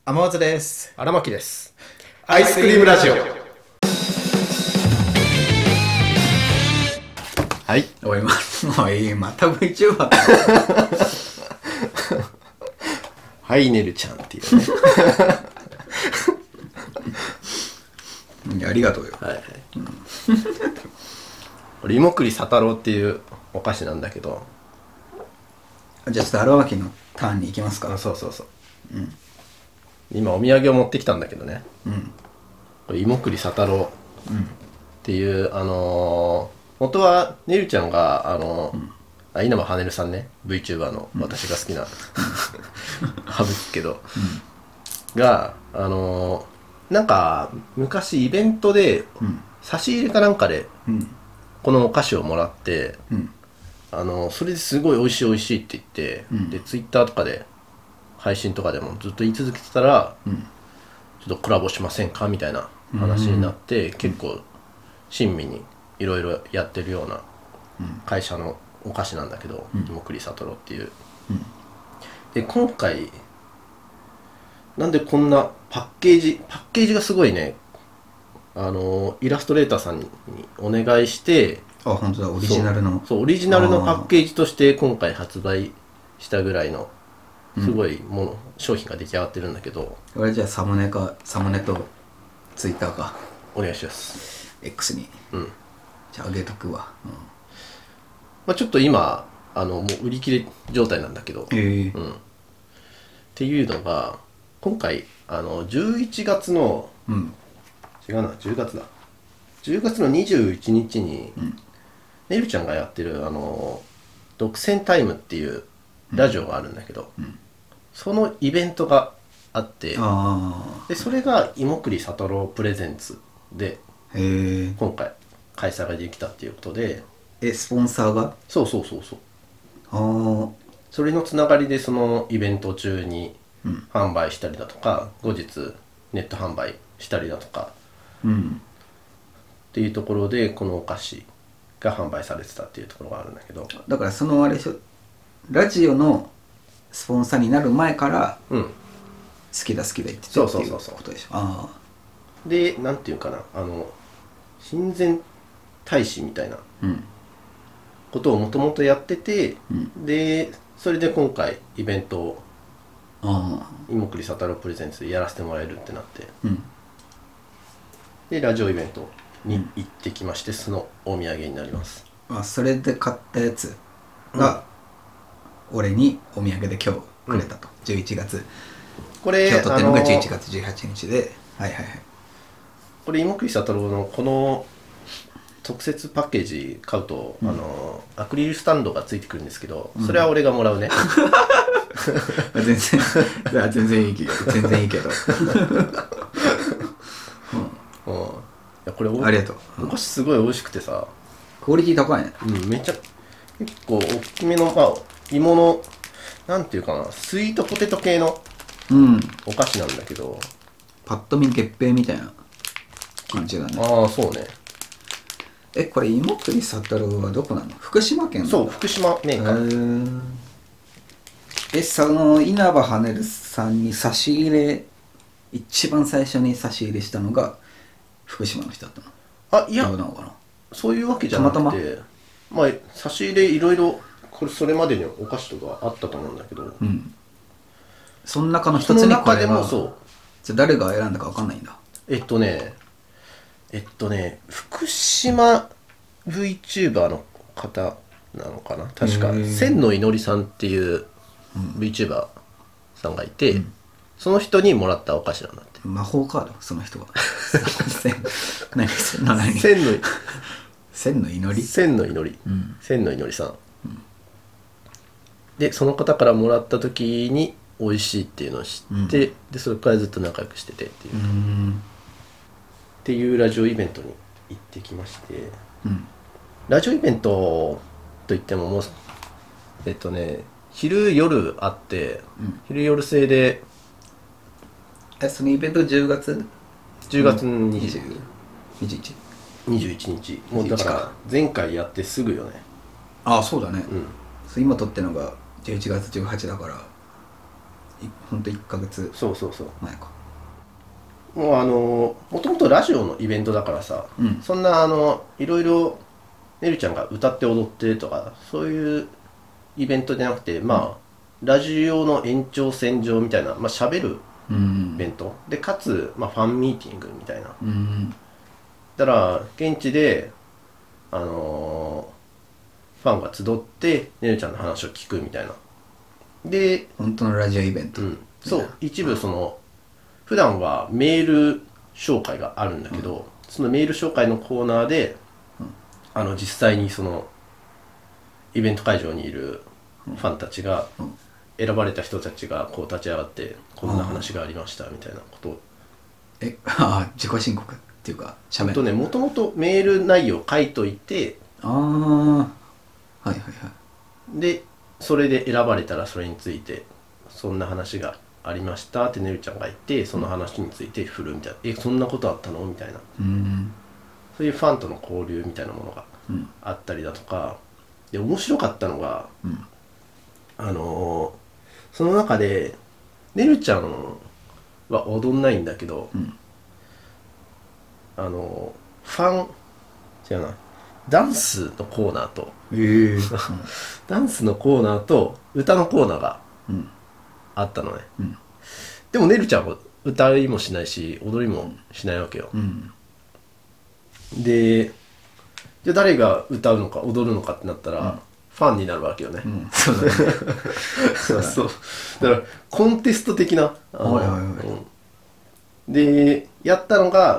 天松です。 荒牧です。 アイスクリームラジオ。 はい。 おい、また VTuber か。 はい、ねるちゃんっていうね。 いやありがとうよ。 はいはい。これ芋栗佐太郎っていうお菓子なんだけど。 じゃあちょっと荒牧のターンに行きますか。 そうそうそう。今お土産を持ってきたんだけどね。これ芋栗佐太郎っていう、元はねるちゃんが稲葉はねるさんね、 VTuber の私が好きなハブですけど、がなんか昔イベントで差し入れかなんかでこのお菓子をもらって、それですごい美味しい美味しいって言って、で Twitter とかで配信とかでもずっと言い続けてたら、ちょっとコラボしませんかみたいな話になって、結構親身にいろいろやってるような会社のお菓子なんだけど、芋栗佐太郎っていう、で今回なんでこんなパッケージがすごいね、イラストレーターさんにお願いして、 本当だ、オリジナルの。 そうオリジナルのパッケージとして今回発売したぐらいのすごい商品が出来上がってるんだけど、 俺じゃあサムネとツイッターかお願いします。 X にじゃああげとくわ。 ちょっと今もう売り切れ状態なんだけど、っていうのが今回11月の、違うな、10月だ、10月の21日に、ねるちゃんがやってる独占タイムっていうラジオがあるんだけど、そのイベントがあって、でそれが芋栗佐太郎プレゼンツで今回開催ができたっていうことで、 スポンサーがそうそれのつながりでそのイベント中に販売したりだとか、後日ネット販売したりだとか、っていうところでこのお菓子が販売されてたっていうところがあるんだけど、 だからそのあれでしょ、ラジオのスポンサーになる前から好きだ言ってたっていうことでしょ。 でなんていうかな、親善大使みたいなことをもともとやってて、でそれで今回イベントを芋栗佐太郎プレゼンツでやらせてもらえるってなって、でラジオイベントに行ってきまして、そのお土産になります。 それで買ったやつが、俺にお土産で今日くれたと、11月これ今日撮ってるのが11月18日で、 これ芋栗佐太郎のこの特設パッケージ買うと、アクリルスタンドがついてくるんですけど、それは俺がもらうね。 全然いいけどいやこれありがとう。 お菓子すごい美味しくてさ、 クオリティ高いね。 めっちゃ結構大きめの、芋のなんていうかな、スイートポテト系のお菓子なんだけど、 パッと見月餅みたいな感じだね。 そうね。 これ芋栗佐太郎はどこなの？福島県？ そう、福島メーカー。 その稲葉はねるさんに差し入れ、一番最初に差し入れしたのが福島の人だったの？ いや、 どうなのかな？ そういうわけじゃなくて、差し入れいろいろそれまでにお菓子とかあったと思うんだけど、 その中の一つにこれが。 そう。 じゃあ誰が選んだか分かんないんだ。 福島 VTuber の方なのかな、確か千の祈りさんっていう VTuber さんがいて、その人にもらったお菓子なんだって。 魔法カード、その人が。千の祈りさん、でその方からもらった時に美味しいっていうのを知って、でそれからずっと仲良くしててっていうラジオイベントに行ってきまして、ラジオイベントといってももう昼夜あって、昼夜制で、 そのイベント10月 21 21 日、もうだから前回やってすぐよね。 そうだね。今撮ってるのが11月18だからほんと1ヶ月そうそうそう前か。 もうもともとラジオのイベントだからさ、そんないろいろねるちゃんが歌って踊ってとかそういうイベントじゃなくて、まあラジオの延長線上みたいな、まあ喋るイベントで、かつ、まあ、ファンミーティングみたいな、だから現地でファンが集ってねるちゃんの話を聞くみたいな。で本当のラジオイベント、 そう一部普段はメール紹介があるんだけど、そのメール紹介のコーナーで、実際にそのイベント会場にいるファンたちが、選ばれた人たちがこう立ち上がってこんな話がありましたみたいなことを自己申告っていうかしゃべるとね、もともとメール内容書いといて、 はいはいはい。 でそれで選ばれたらそれについてそんな話がありましたってねるちゃんが言って、その話について振るみたいな、そんなことあったのみたいな、そういうファンとの交流みたいなものがあったりだとかで、面白かったのが、その中でねるちゃんは踊んないんだけど、ファン違うなダンスのコーナーと、ダンスのコーナーと歌のコーナーがあったのね、でもねるちゃんは歌いもしないし踊りもしないわけよ、でじゃあ誰が歌うのか踊るのかってなったら、ファンになるわけよね、 そうだねそうそうだからコンテスト的なでやったのが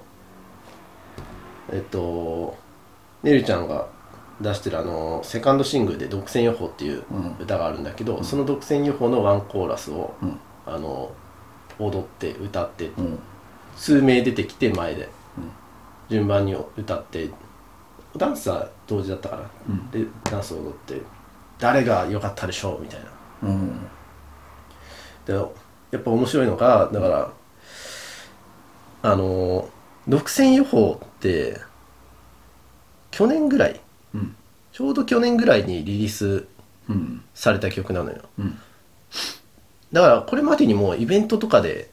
ねるちゃんが出してるセカンドシングルで「独占予報」っていう歌があるんだけど、その独占予報のワンコーラスを、踊って歌って、数名出てきて前で、順番に歌ってダンスは同時だったかな、でダンスを踊って誰が良かったでしょうみたいな、でやっぱ面白いのがだから独占予報って去年ぐらい、ちょうど去年ぐらいにリリースされた曲なのよ、だからこれまでにもイベントとかで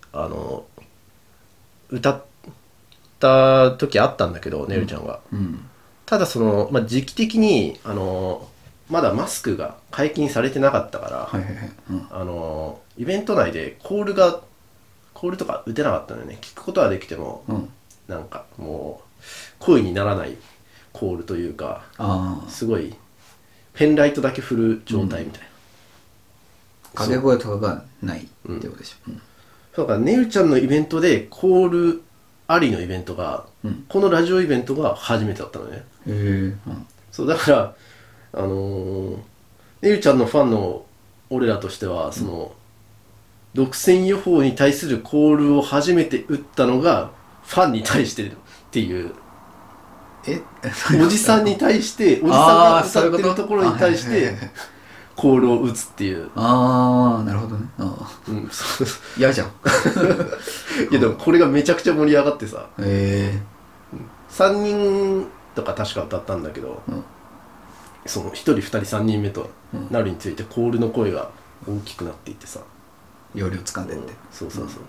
歌った時あったんだけどねるちゃんが、ただ時期的にまだマスクが解禁されてなかったから、イベント内でコールとか打てなかったのよね。聞くことはできても、なんかもう声にならないコールというか、すごいペンライトだけ振る状態みたいな、 掛け声とかがないってことでしょ、 だからねるちゃんのイベントでコールありのイベントが、このラジオイベントが初めてだったのね。そうだからねるちゃんのファンの俺らとしては独占予報に対するコールを初めて打ったのがファンに対してっていう、おじさんに対しておじさんが歌ってるところに対してコールを打つっていう。 なるほどね。嫌じゃん。 いやでもこれがめちゃくちゃ盛り上がってさ、3人とか確か歌ったんだけど、その1人2人3人目となるについてコールの声が大きくなっていってさ、 容量掴んでって、 そうそうそう、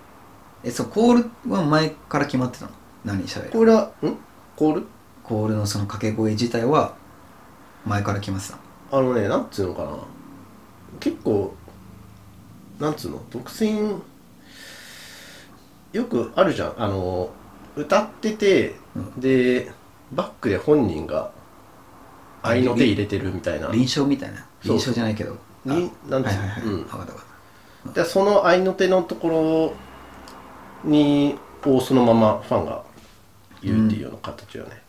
そうコールは前から決まってたの？何したらいい？ これはコールのその掛け声自体は前から決まってたの？ なんつうのかな、結構なんつうの、独占よくあるじゃん、歌ってて、でバックで本人が合いの手入れてるみたいな、 臨床みたいな、臨床じゃないけどなんつうの、 分かった分かった。 でその合いの手のところにそのままファンが言うっていうような形よね、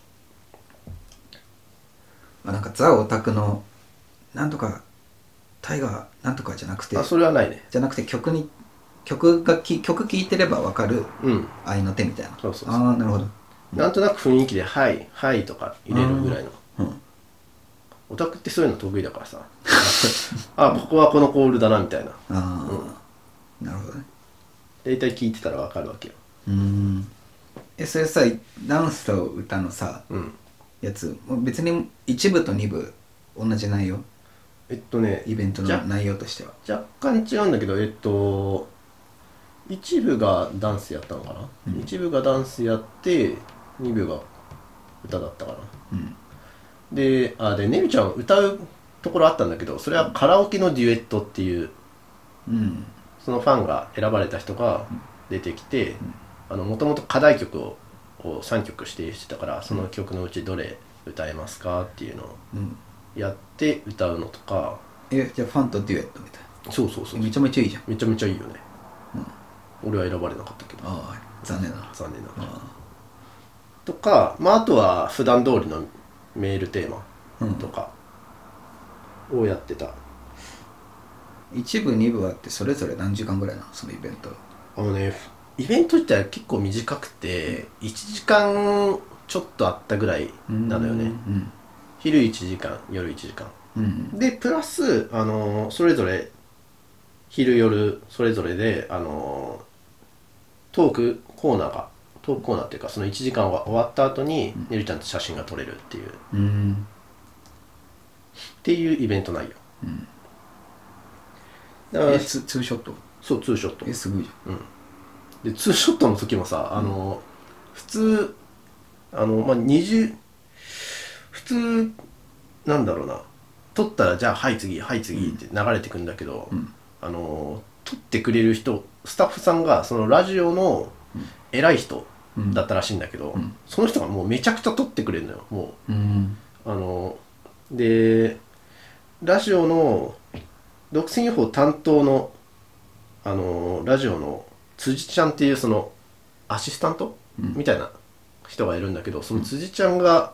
なんかザ・オタクのなんとかタイガーなんとかじゃなくて、 それはないね。 じゃなくて曲聴いてれば分かる合いの手みたいな、 そうそうそう、 なるほど、 なんとなく雰囲気で「はいはい」とか入れるぐらいの、オタクってそういうの得意だからさここはこのコールだなみたいな、 なるほどね。 大体聞いてたら分かるわけよ。 それさ、ダンスと歌のさ、やつ別に1部と2部同じ内容？ イベントの内容としては。 若干違うんだけど、一部がダンスやったのかな、一部がダンスやって二部が歌だったかな、でねるちゃん歌うところあったんだけど、それはカラオケのデュエットっていう、そのファンが選ばれた人が出てきて、もともと課題曲を3曲指定してたから、その曲のうちどれ歌えますかっていうのをやって歌うのとか。 じゃあファンとデュエットみたいな。 そうそうそう、 めちゃめちゃいいじゃん。 めちゃめちゃいいよね、俺は選ばれなかったけど。 残念な。 とか、あとは普段通りのメールテーマとかをやってた。 1部2部あってそれぞれ何時間ぐらいなの、そのイベント。 イベント自体は結構短くて1時間ちょっとあったぐらいなのよね。昼1時間夜1時間、でプラスそれぞれ昼夜それぞれでトークコーナーっていうか、その1時間が終わった後にねるちゃんと写真が撮れるっていう、っていうイベント内容。だからツーショット。 そう、ツーショット。 すごいじゃん。 でツーショットの時もさ、普通普通なんだろうな、撮ったらじゃあはい次はい次って流れてくんだけど、撮ってくれる人、スタッフさんがそのラジオの偉い人だったらしいんだけど、その人がもうめちゃくちゃ撮ってくれるのよ。もう、でラジオの独占予報担当のラジオの辻ちゃんっていうそのアシスタント、みたいな人がいるんだけど、その辻ちゃんが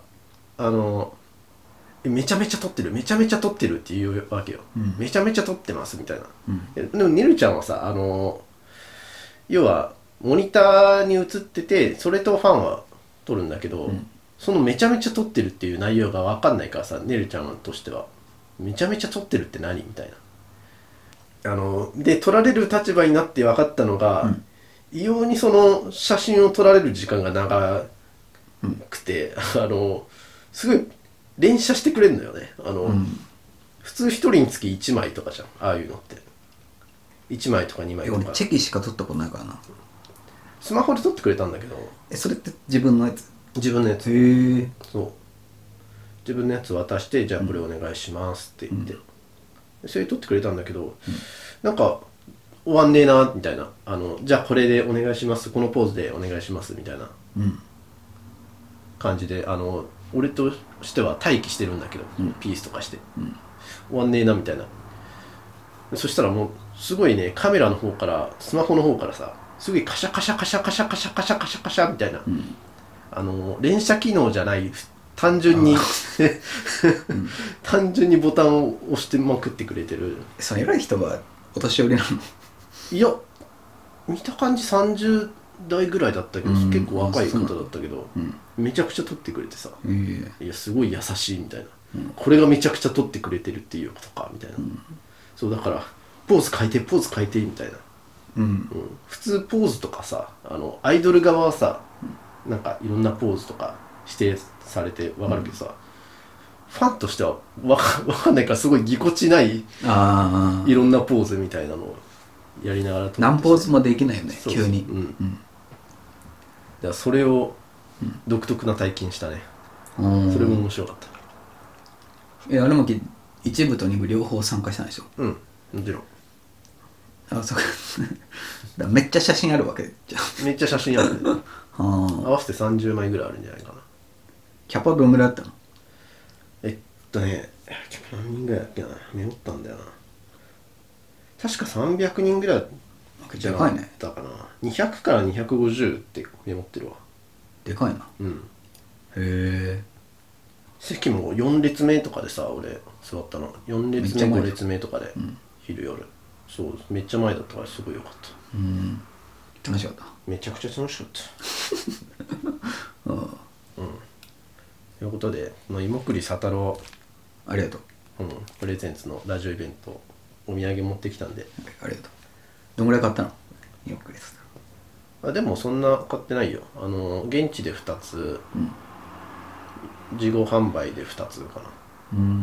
めちゃめちゃ撮ってるめちゃめちゃ撮ってるっていうわけよ、めちゃめちゃ撮ってますみたいな、でもねるちゃんはさ要はモニターに映ってて、それとファンは撮るんだけど、そのめちゃめちゃ撮ってるっていう内容が分かんないからさ、ねるちゃんとしてはめちゃめちゃ撮ってるって何みたいな。で撮られる立場になって分かったのが、異様にその写真を撮られる時間が長くて、すごい連写してくれるのよね。普通一人につき1枚とかじゃん、ああいうのって1枚とか2枚とか。 チェキしか撮ったことないからな。 スマホで撮ってくれたんだけど。 それって自分のやつ？ 自分のやつ。 へえ。 そう、自分のやつ渡して、じゃあこれお願いしますって言って、それ撮ってくれたんだけど、なんか終わんねえなみたいな、じゃあこれでお願いします、このポーズでお願いしますみたいな感じで、俺としては待機してるんだけど、ピースとかして、終わんねえなみたいな。そしたらもうすごいね、カメラの方からスマホの方からさ、すごいカシャカシャカシャカシャカシャカシャカシャカシャみたいな、連写機能じゃない単純に単純にボタンを押してまくってくれてる。 その偉い人はお年寄りなの？ いや、見た感じ30代ぐらいだったけど、結構若い方だったけど、めちゃくちゃ撮ってくれてさ、いやすごい優しいみたいな、これがめちゃくちゃ撮ってくれてるっていうことかみたいな、そうだからポーズ変えてポーズ変えてみたいな、普通ポーズとかさ、アイドル側はさ、なんかいろんなポーズとか指定されて分かるけどさ、ファンとしては分かんないから、すごいぎこちないいろんなポーズみたいなのをやりながら撮って、 何ポーズもできないよね、急に。 だからそれを独特な体験したね。それも面白かった。 あれも1部と2部両方参加したんでしょ？ もちろん。 そうかだめっちゃ写真あるわけじゃん。 めっちゃ写真あるね合わせて30枚ぐらいあるんじゃないかな。 キャパどんぐらいあったの？ キャパ何人ぐらいだっけな、メモったんだよな。確か300人ぐらいじゃなかったかな。200から250ってメモってるわ。 でかいな。へえ。 席も4列目とかでさ、俺座ったの4列目5列目とかで、昼夜、そうめっちゃ前だったからすごい良かった。 楽しかった。 めちゃくちゃ楽しかったということで、芋栗佐太郎ありがとう、 プレゼンツのラジオイベントお土産持ってきたんで。 ありがとう。どんぐらい買ったの？芋栗佐太郎。 でもそんな買ってないよ。現地で2つ、事後販売で2つかな。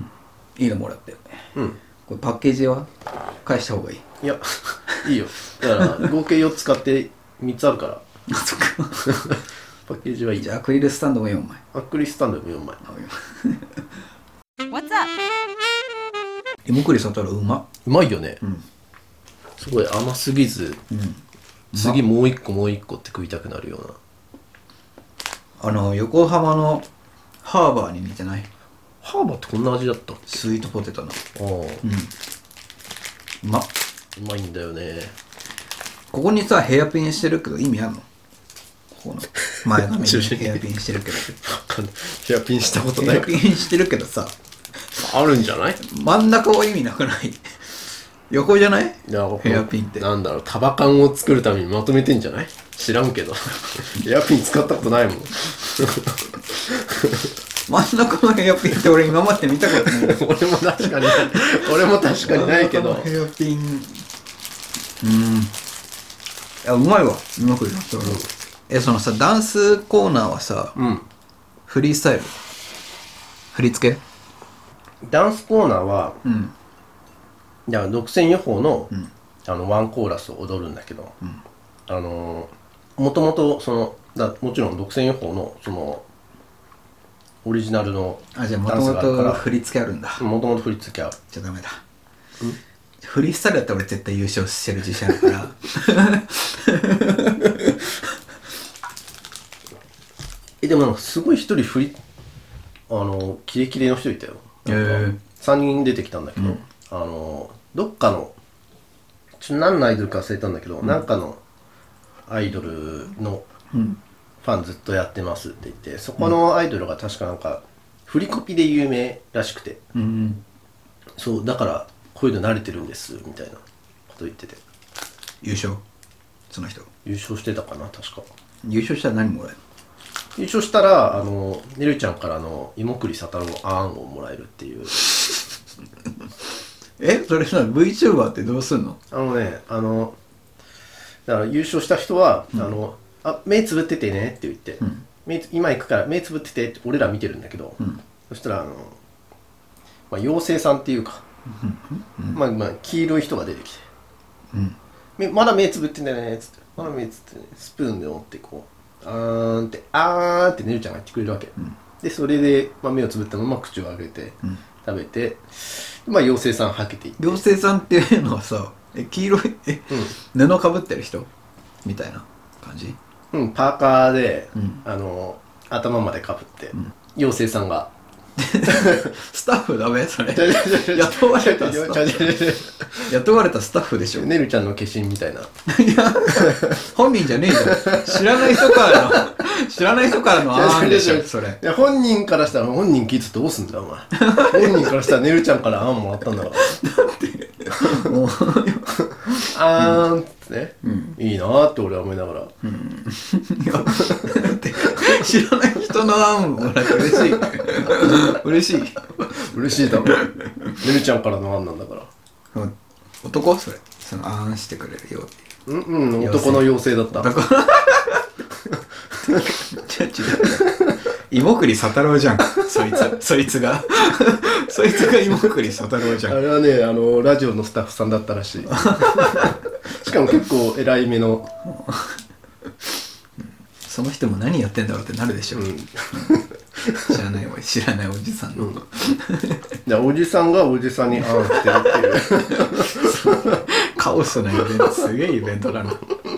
いいのもらってる。 うん。 これパッケージは返した方がいい。 いや、いいよ。だから合計4つ買って3つあるから。 あ、そっか。 パッケージはいい。 じゃあアクリルスタンドも4枚。 アクリルスタンドも4枚。 What's up? 芋栗サタルうまっ。 うまいよね。 んすごい甘すぎず、次もう一個もう一個って食いたくなるような。 横浜のハーバーに似てない？ ハーバーってこんな味だったっけ？ スイートポテトの。 ああ、 うまっ。 うまいんだよね。 ここにさ、ヘアピンしてるけど意味あんの？ここの前髪にヘアピンしてるけど。 ヘアピンしたことヘアないピンしてるけどさ、 あるんじゃない？ 真ん中は意味なくない？横じゃない？ いやヘアピンって。 なんだろう、束感を作るためにまとめてんじゃない？知らんけど。ヘアピン使ったことないもん。 真ん中のヘアピンって俺今まで見たことない。 俺も確かにない。俺も確かにないけど。 真ん中のヘアピン。いや、うまいわ。うまくなった。そのさ、ダンスコーナーはさ、 うん。 フリースタイル？振り付け？ ダンスコーナーは、 うんいや独占予報の、ワンコーラスを踊るんだけど、もともともちろん独占予報のそのオリジナルのあ、じゃあもダともンスがあるからと振り付けあるんだ。 もともと振り付けある。 じゃあダメだ。フリースタイルだったら俺絶対優勝してる自信あるから。 でもなんかすごい一人キレキレの人いたよ。なんか3人出てきたんだけど、どっかの何のアイドルか忘れたんだけど、なんかのアイドルのファンずっとやってますって言って、そこのアイドルが確かなんか振りコピで有名らしくて、そうだからこういうの慣れてるんですみたいなこと言ってて。 優勝？その人優勝してたかな、確か。 優勝したら何もらえる？ 優勝したらねるちゃんからの芋栗佐太郎あんをもらえるっていう。 それさ、VTuber ってどうすんの？ だから優勝した人は、目つぶっててねって言って、今行くから目つぶっててって俺ら見てるんだけど、そしたら妖精さんっていうか、黄色い人が出てきて、まだ目つぶってんだよねっつって、まだ目つぶってね、スプーンで持ってこうあーんってねるちゃんが言ってくれるわけ、でそれで、目をつぶったまま口を開けて、食べて、妖精さんはけていって。 妖精さんっていうのはさ、黄色い布かぶってる人みたいな感じ？ パーカーで、頭までかぶって、妖精さんがスタッフダメ？それ雇われたスタッフ。雇われたスタッフでしょ。 ねるちゃんの化身みたいな。 いや、本人じゃねえじゃん。知らない人からのあーんでしょ、それ。 いや、本人からしたら、本人聞いてどうすんだよ、お前。本人からしたらねるちゃんからあんもらったんだから。だって。もうあーんってね、いいなーって俺は思いながら。いや、だって知らない人のあんもらって嬉しい。 嬉しいだろ。ねるちゃんからのあんなんだから。 男？それ。そのあんしてくれるよっていう。 男の妖精だった。 違う。芋栗佐太郎じゃん。そいつが芋栗佐太郎じゃん。 あれはね、ラジオのスタッフさんだったらしい。しかも結構偉い目の。 その人も何やってんだろうってなるでしょ。知らないおじさんの。 おじさんがおじさんにあんしてるっていう。 カオスなイベント、すげえイベントだな。もう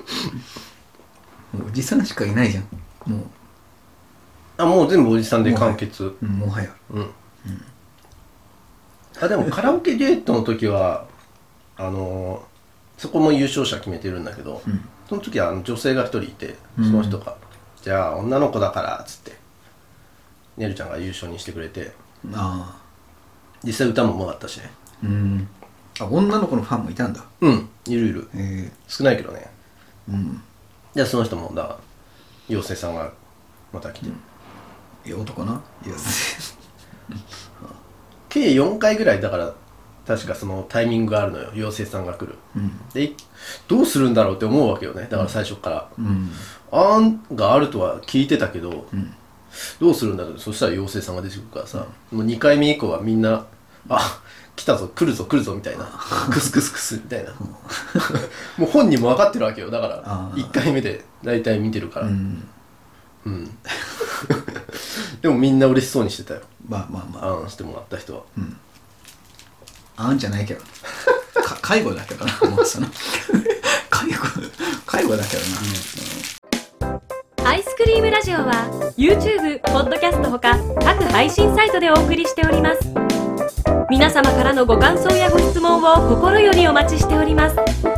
おじさんしかいないじゃん。 もう全部おじさんで完結。 もはや。 でもカラオケデュエットの時はそこも優勝者決めてるんだけど、その時は女性が一人いて、その人が、じゃあ女の子だからっつってねるちゃんが優勝にしてくれて、実際歌もうまかったしね。 女の子のファンもいたんだ。 いる少ないけどね。じゃあその人も妖精さんがまた来て、 男な。 計4回ぐらいだから確かそのタイミングがあるのよ、妖精さんが来る。でどうするんだろうって思うわけよね。だから最初から、あんがあるとは聞いてたけど、どうするんだろう。そしたら妖精さんが出てくるからさ、もう2回目以降はみんなあ来たぞ来るぞ来るぞみたいなクスクスクスみたいなもう本人も分かってるわけよ。だから1回目で大体見てるから、でもみんな嬉しそうにしてたよ。 まあしてもらった人は、 じゃないけど介護だけどな思ってたな介護だけどな、 アイスクリームラジオは YouTube、ポッドキャストほか各配信サイトでお送りしております。皆様からのご感想やご質問を心よりお待ちしております。